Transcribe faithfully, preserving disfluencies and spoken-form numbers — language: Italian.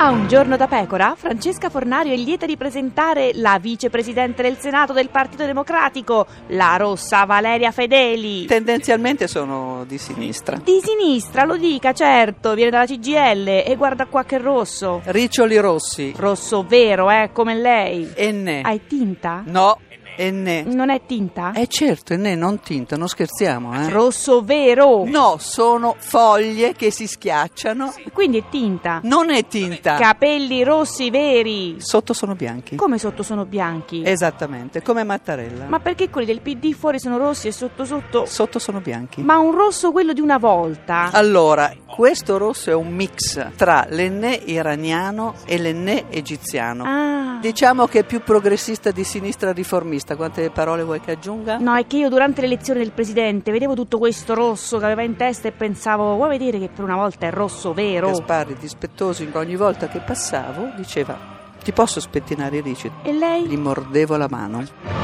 A un giorno da pecora, Francesca Fornario è lieta di presentare la vicepresidente del Senato del Partito Democratico, la rossa Valeria Fedeli. Tendenzialmente sono di sinistra. Di sinistra, lo dica, certo, viene dalla C G I L e guarda qua che rosso. Riccioli rossi. Rosso vero, eh, come lei. Enne. Hai tinta? No. Enne. Non è tinta? Eh certo, enne, non tinta, non scherziamo, eh. Rosso vero. No, sono foglie che si schiacciano. Quindi è tinta. Non è tinta. Capelli rossi veri. Sotto sono bianchi. Come sotto sono bianchi? Esattamente, come Mattarella. Ma perché quelli del P D fuori sono rossi e sotto sotto? Sotto sono bianchi. Ma un rosso quello di una volta. Allora, questo rosso è un mix tra l'enne iraniano e l'enne egiziano. Ah. Diciamo che è più progressista di sinistra riformista. Quante parole vuoi che aggiunga? No, è che io durante l'elezione del presidente vedevo tutto questo rosso che aveva in testa e pensavo, vuoi vedere che per una volta è rosso vero? Gasparri, dispettoso, ogni volta che passavo diceva: ti posso spettinare i ricci? E lei? Gli mordevo la mano.